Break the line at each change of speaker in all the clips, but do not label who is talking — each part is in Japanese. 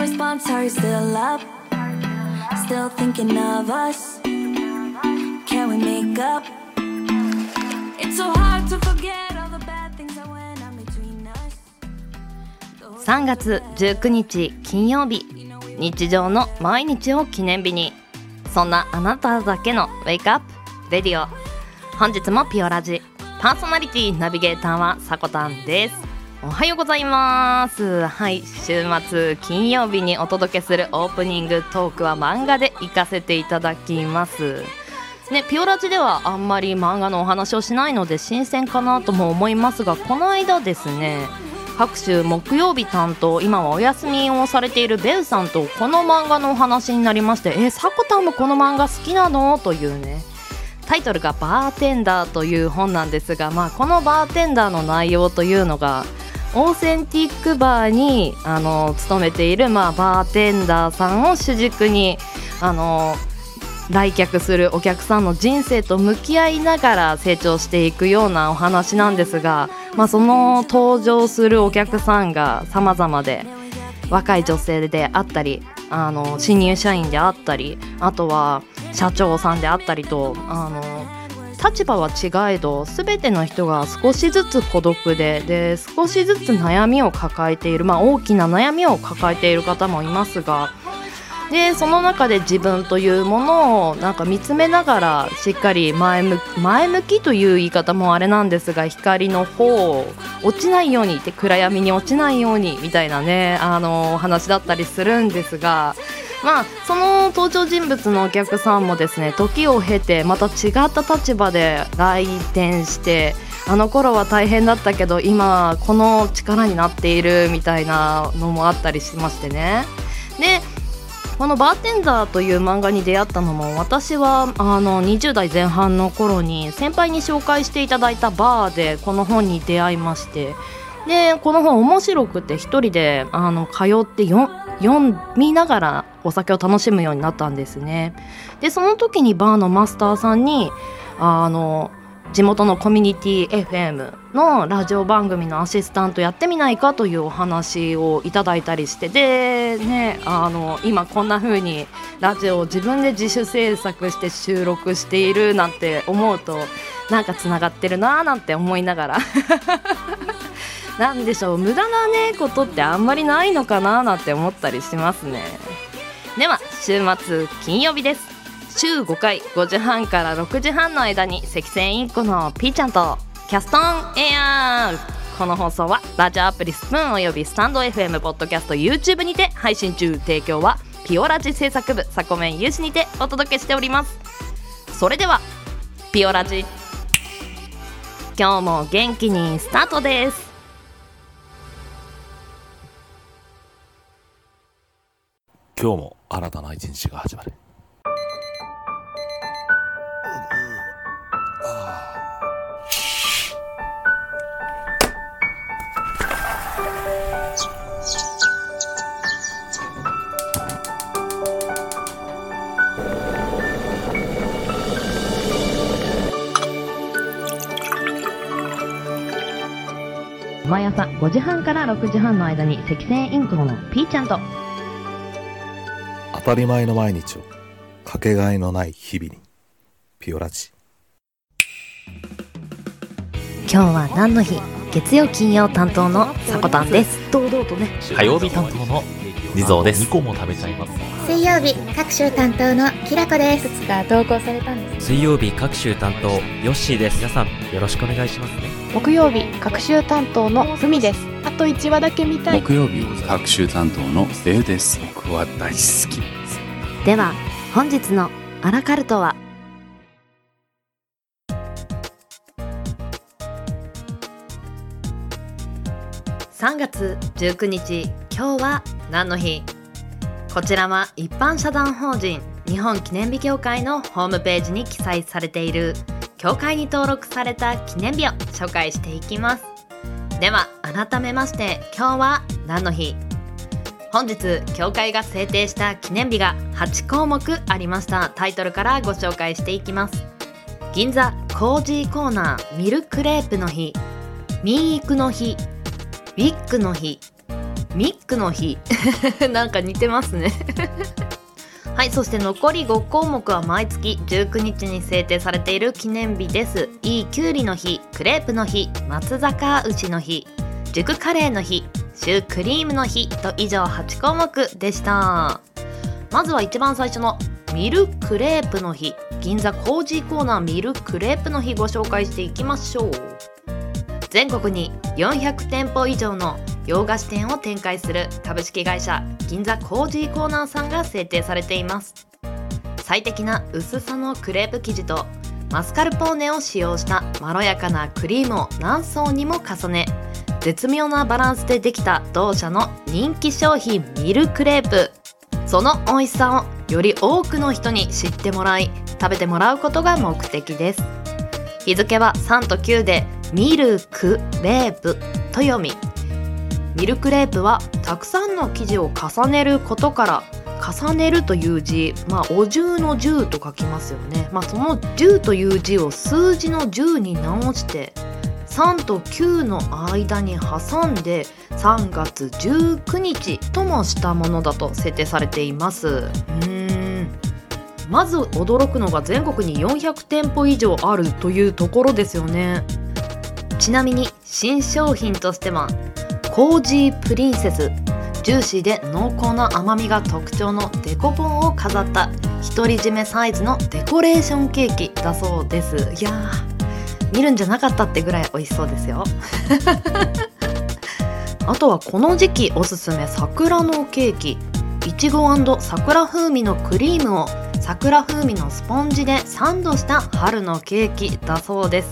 response, are you still up? Still thinking of us? Can we make up? It's so hard to forget all the bad things that went on between us.
3月19日金曜日、日常の毎日を記念日に、そんなあなただけのウェイクアップレディオ。本日もピオラジパーソナリティナビゲーターはさこたんです。おはようございます。はい、週末金曜日にお届けするオープニングトークは漫画で行かせていただきますね。ピオラジではあんまり漫画のお話をしないので新鮮かなとも思いますが、この間ですね、各週木曜日担当、今はお休みをされているベウさんとこの漫画のお話になりまして、さこたんもこの漫画好きなのというね、タイトルがバーテンダーという本なんですが、このバーテンダーの内容というのがオーセンティックバーに勤めている、バーテンダーさんを主軸に来客するお客さんの人生と向き合いながら成長していくようなお話なんですが、その登場するお客さんが様々で、若い女性であったり、新入社員であったり、あとは社長さんであったりと、立場は違えど全ての人が少しずつ孤独で少しずつ悩みを抱えている、大きな悩みを抱えている方もいますが、でその中で自分というものを見つめながら、しっかり前向きという言い方もあれなんですが、光の方を落ちないようにって暗闇に落ちないようにみたいなね、お話だったりするんですが、その登場人物のお客さんもですね、時を経てまた違った立場で来店して、あの頃は大変だったけど今この力になっているみたいなのもあったりしましてね。でこのバーテンダーという漫画に出会ったのも、私は20代前半の頃に先輩に紹介していただいたバーでこの本に出会いまして、でこの本面白くて一人で通って読みながらお酒を楽しむようになったんですね。でその時にバーのマスターさんに地元のコミュニティ FM のラジオ番組のアシスタントやってみないかというお話をいただいたりして、でね、今こんな風にラジオを自分で自主制作して収録しているなんて思うと、つながってるななんて思いながらなんでしょう、無駄なねことってあんまりないのかななんて思ったりしますね。では週末金曜日です。週5回5時半から6時半の間に赤線インコのピーちゃんとキャストンエアー。この放送はラジオアプリスプーンおよびスタンド FM ポッドキャスト YouTube にて配信中。提供はピオラジ制作部サコメン有志にてお届けしております。それではピオラジ、今日も元気にスタートです。
今日も新たな一日が始まる。
毎朝5時半から6時半の間に赤線インコのピーちゃんと、
当たり前の毎日をかけがえのない日々に、ピオラジ。
今日は何の日？月曜金曜担当のさこたんです。堂々とね。
火曜日担当の地蔵です。2個も食べちゃいます。
水曜日各週担当のきらこです。
いくつか投稿されたんです。
水曜日各週担当ヨッシーです。皆さんよろしくお願いしますね。
木曜日各週担当のふみです。あと1話だけ見たい。
木曜日各週担当のレイです。僕は大好きです。
では本日のアラカルトは、3月19日、今日は何の日？こちらは一般社団法人日本記念日協会のホームページに記載されている協会に登録された記念日を紹介していきます。では改めまして、今日は何の日？本日協会が制定した記念日が8項目ありました。タイトルからご紹介していきます。銀座コージーコーナーミルクレープの日、ミーイクの日、ウィッグの日、 ミックの日なんか似てますねはい、そして残り5項目は毎月19日に制定されている記念日です。いいきゅうりの日、クレープの日、松阪牛の日、熟カレーの日、シュークリームの日と以上8項目でした。まずは一番最初のミルクレープの日、銀座コージーコーナーミルクレープの日ご紹介していきましょう。全国に400店舗以上の洋菓子店を展開する株式会社銀座コージーコーナーさんが制定されています。最適な薄さのクレープ生地とマスカルポーネを使用したまろやかなクリームを何層にも重ね、絶妙なバランスでできた同社の人気商品ミルクレープ。その美味しさをより多くの人に知ってもらい食べてもらうことが目的です。日付は3と9でミルクレープと読み、ミルクレープはたくさんの生地を重ねることから重ねるという字、お重の10と書きますよね。その10という字を数字の10に直して3と9の間に挟んで3月19日ともしたものだと設定されています。まず驚くのが全国に400店舗以上あるというところですよね。ちなみに新商品としてはコージープリンセス、ジューシーで濃厚な甘みが特徴のデコポンを飾った独り占めサイズのデコレーションケーキだそうです。いやー、見るんじゃなかったってぐらい美味しそうですよあとはこの時期おすすめ桜のケーキ、いちご&桜風味のクリームを桜風味のスポンジでサンドした春のケーキだそうです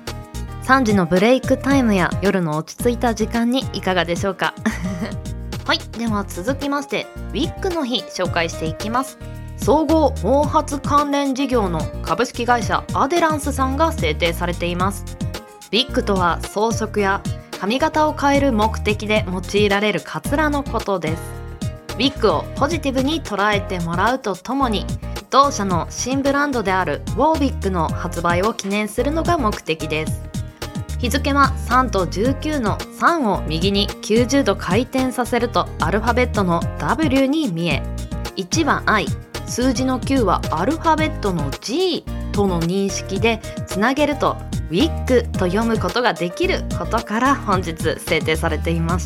。3時のブレイクタイムや夜の落ち着いた時間にいかがでしょうかはい、では続きましてウィッグの日紹介していきます。総合毛髪関連事業の株式会社アデランスさんが制定されています。ウィッグとは装飾や髪型を変える目的で用いられるカツラのことです。ウィッグをポジティブに捉えてもらうとともに同社の新ブランドであるウォービッグの発売を記念するのが目的です。日付は3と19の3を右に90度回転させるとアルファベットの W に見え、1は I、数字の9はアルファベットの G との認識でつなげるとウィッグと読むことができることから本日制定されていました。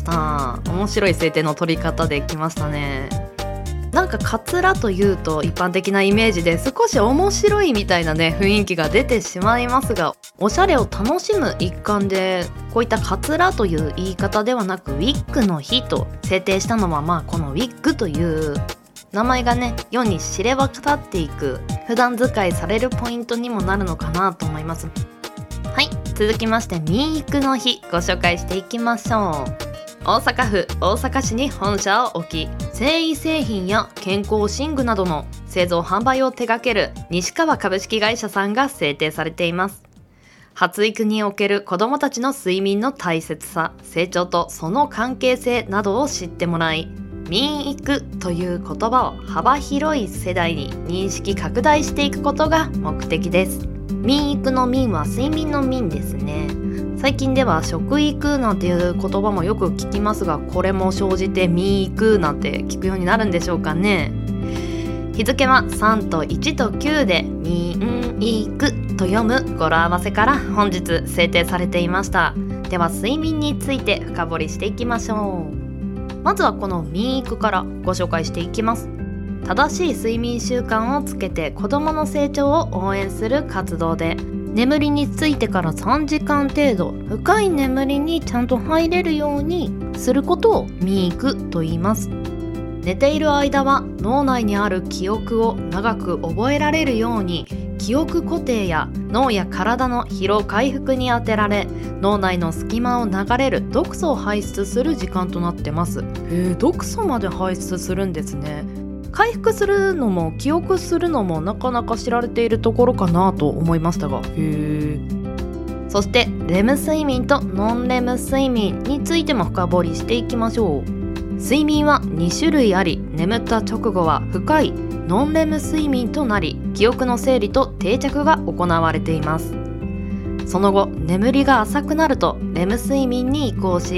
面白い制定の取り方できましたね。なんかカツラというと一般的なイメージで少し面白いみたいなね雰囲気が出てしまいますが、おしゃれを楽しむ一環でこういったカツラという言い方ではなくウィッグの日と制定したのはこのウィッグという名前がね世に知れ渡っていく普段使いされるポイントにもなるのかなと思います。はい、続きましてミークの日ご紹介していきましょう。大阪府大阪市に本社を置き、繊維製品や健康寝具などの製造販売を手掛ける西川株式会社さんが制定されています。発育における子どもたちの睡眠の大切さ、成長とその関係性などを知ってもらい、民育という言葉を幅広い世代に認識拡大していくことが目的です。民育の民は睡眠の民ですね。最近では食育なんていう言葉もよく聞きますが、これも生じて民育なんて聞くようになるんでしょうかね。日付は3と1と9で民育と読む語呂合わせから本日制定されていました。では睡眠について深掘りしていきましょう。まずはこの民育からご紹介していきます。正しい睡眠習慣をつけて子どもの成長を応援する活動で、眠りについてから3時間程度深い眠りにちゃんと入れるようにすることを民育と言います。寝ている間は脳内にある記憶を長く覚えられるように記憶固定や脳や体の疲労回復に充てられ、脳内の隙間を流れる毒素を排出する時間となってます。毒素まで排出するんですね。回復するのも記憶するのもなかなか知られているところかなと思いましたが、そしてレム睡眠とノンレム睡眠についても深掘りしていきましょう。睡眠は2種類あり、眠った直後は深いノンレム睡眠となり、記憶の整理と定着が行われています。その後眠りが浅くなるとレム睡眠に移行し、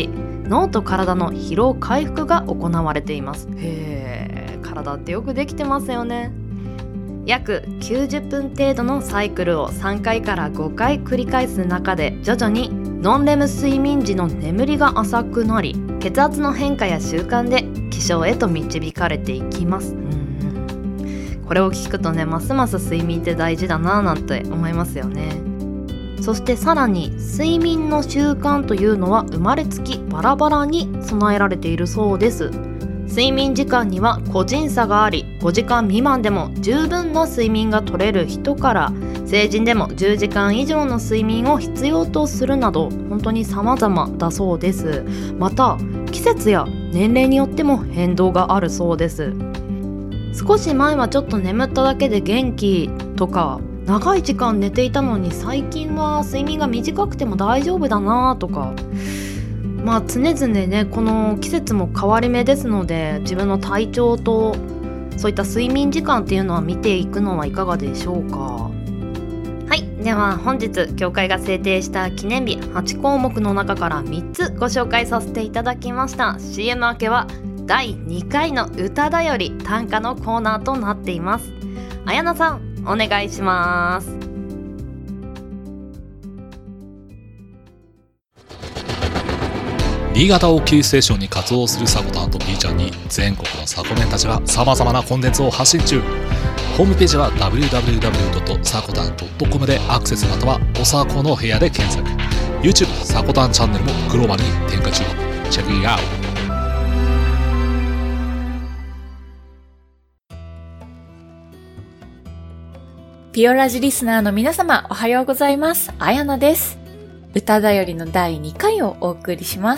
脳と体の疲労回復が行われています。へー、体ってよくできてますよね。約90分程度のサイクルを3回から5回繰り返す中で、徐々にノンレム睡眠時の眠りが浅くなり、血圧の変化や習慣で起床へと導かれていきます。これを聞くとね、ますます睡眠って大事だなぁなんて思いますよね。そしてさらに睡眠の習慣というのは生まれつきバラバラに備えられているそうです。睡眠時間には個人差があり、5時間未満でも十分な睡眠が取れる人から、成人でも10時間以上の睡眠を必要とするなど、本当に様々だそうです。また季節や年齢によっても変動があるそうです。少し前はちょっと眠っただけで元気とか、長い時間寝ていたのに最近は睡眠が短くても大丈夫だなとか、常々ね、この季節も変わり目ですので、自分の体調とそういった睡眠時間っていうのは見ていくのはいかがでしょうか。はい、では本日協会が制定した記念日8項目の中から3つご紹介させていただきました。 CM 明けは第2回の歌だより短歌のコーナーとなっています。あやなさん、お願いします。
新潟をキーステーションに活動するサコタンと B ちゃんに、全国のサコメンたちは様々なコンテンツを発信中。ホームページは www.sakotan.com でアクセス、またはおさこの部屋で検索。 YouTube サコタンチャンネルもグローバルに展開中。チェックイットアウト。
ピオラジリスナーの皆様、おはようございます。あやなです。歌だよりの第2回をお送りします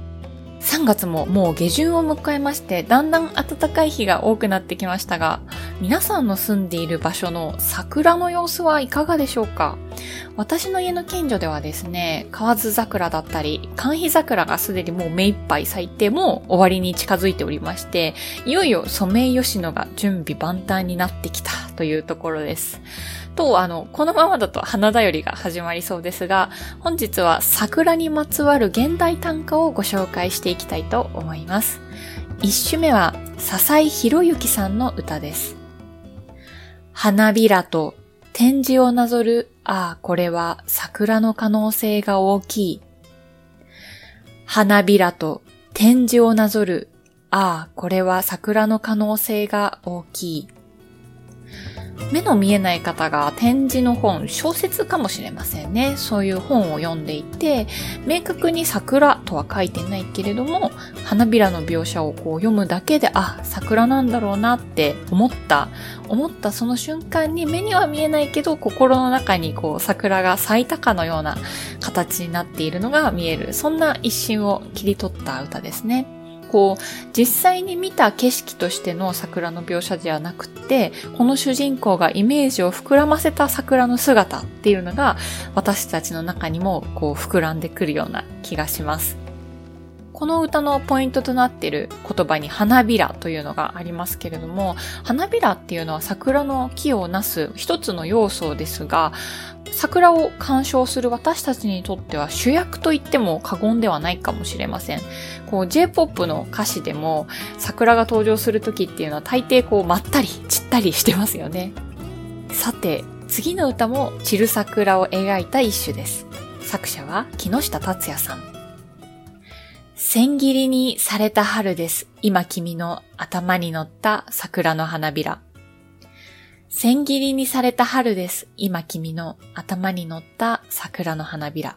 。3月ももう下旬を迎えまして、だんだん暖かい日が多くなってきましたが、皆さんの住んでいる場所の桜の様子はいかがでしょうか？私の家の近所ではですね、河津桜だったり、寒肥桜がすでにもう目いっぱい咲いて、もう終わりに近づいておりまして、いよいよソメイヨシノが準備万端になってきたというところです。と、このままだと花だよりが始まりそうですが、本日は桜にまつわる現代短歌をご紹介していきたいと思います。一首目は笹井宏之さんの歌です。花びらと展示をなぞる、ああこれは桜の可能性が大きい。花びらと展示をなぞる、ああこれは桜の可能性が大きい。目の見えない方が展示の本、小説かもしれませんね。そういう本を読んでいて、明確に桜とは書いてないけれども、花びらの描写をこう読むだけで、あ、桜なんだろうなって思ったその瞬間に、目には見えないけど心の中にこう桜が咲いたかのような形になっているのが見える、そんな一瞬を切り取った歌ですね。こう実際に見た景色としての桜の描写ではなくて、この主人公がイメージを膨らませた桜の姿っていうのが私たちの中にもこう膨らんでくるような気がします。この歌のポイントとなっている言葉に花びらというのがありますけれども、花びらっていうのは桜の木をなす一つの要素ですが、桜を鑑賞する私たちにとっては主役と言っても過言ではないかもしれません。こう J-POP の歌詞でも桜が登場する時っていうのは大抵こうまったり散ったりしてますよね。さて、次の歌も散る桜を描いた一首です。作者は木下達也さん。千切りにされた春です。今君の頭に乗った桜の花びら。千切りにされた春です。今君の頭に乗った桜の花びら。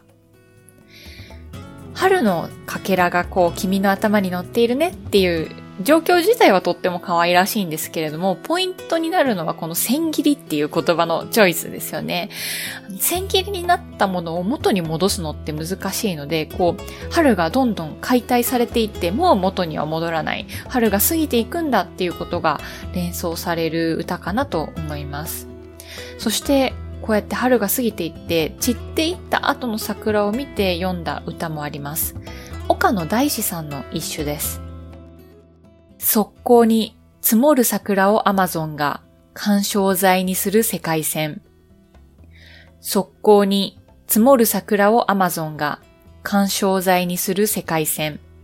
春のかけらがこう君の頭に乗っているねっていう状況自体はとっても可愛らしいんですけれども、ポイントになるのはこの千切りっていう言葉のチョイスですよね。千切りになったものを元に戻すのって難しいので、こう春がどんどん解体されていってもう元には戻らない、春が過ぎていくんだっていうことが連想される歌かなと思います。そしてこうやって春が過ぎていって散っていった後の桜を見て読んだ歌もあります。岡野大志さんの一首です。側溝に積もる桜をアマゾンが緩衝材にする世界線。側溝に積もる桜をアマゾンが緩衝材にする世界線。